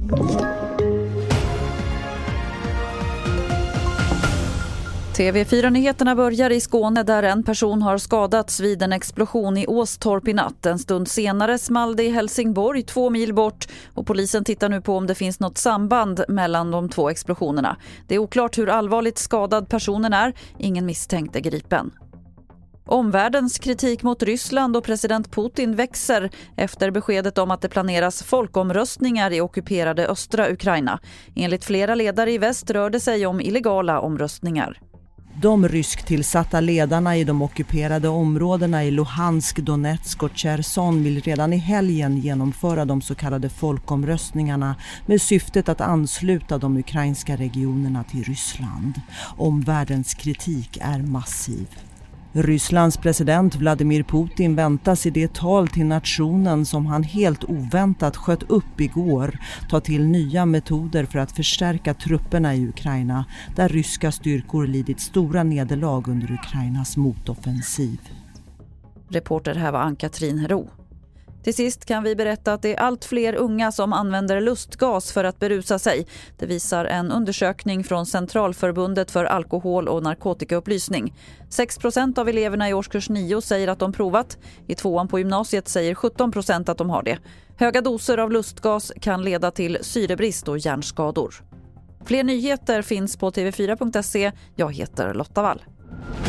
TV4-nyheterna börjar i Skåne där en person har skadats vid en explosion i Åstorp i natt. En stund senare small det i Helsingborg 2 mil bort och polisen tittar nu på om det finns något samband mellan de 2 explosionerna. Det är oklart hur allvarligt skadad personen är. Ingen misstänkt är gripen. Omvärldens kritik mot Ryssland och president Putin växer efter beskedet om att det planeras folkomröstningar i ockuperade östra Ukraina. Enligt flera ledare i väst rör det sig om illegala omröstningar. De rysktillsatta ledarna i de ockuperade områdena i Luhansk, Donetsk och Cherson vill redan i helgen genomföra de så kallade folkomröstningarna med syftet att ansluta de ukrainska regionerna till Ryssland. Omvärldens kritik är massiv. Rysslands president Vladimir Putin väntas i det tal till nationen som han helt oväntat sköt upp igår ta till nya metoder för att förstärka trupperna i Ukraina där ryska styrkor lidit stora nederlag under Ukrainas motoffensiv. Reporter här var Ann-Katrin Ro. Till sist kan vi berätta att det är allt fler unga som använder lustgas för att berusa sig. Det visar en undersökning från Centralförbundet för alkohol- och narkotikaupplysning. 6% av eleverna i årskurs 9 säger att de provat. I 2:an på gymnasiet säger 17% att de har det. Höga doser av lustgas kan leda till syrebrist och hjärnskador. Fler nyheter finns på tv4.se. Jag heter Lotta Wall.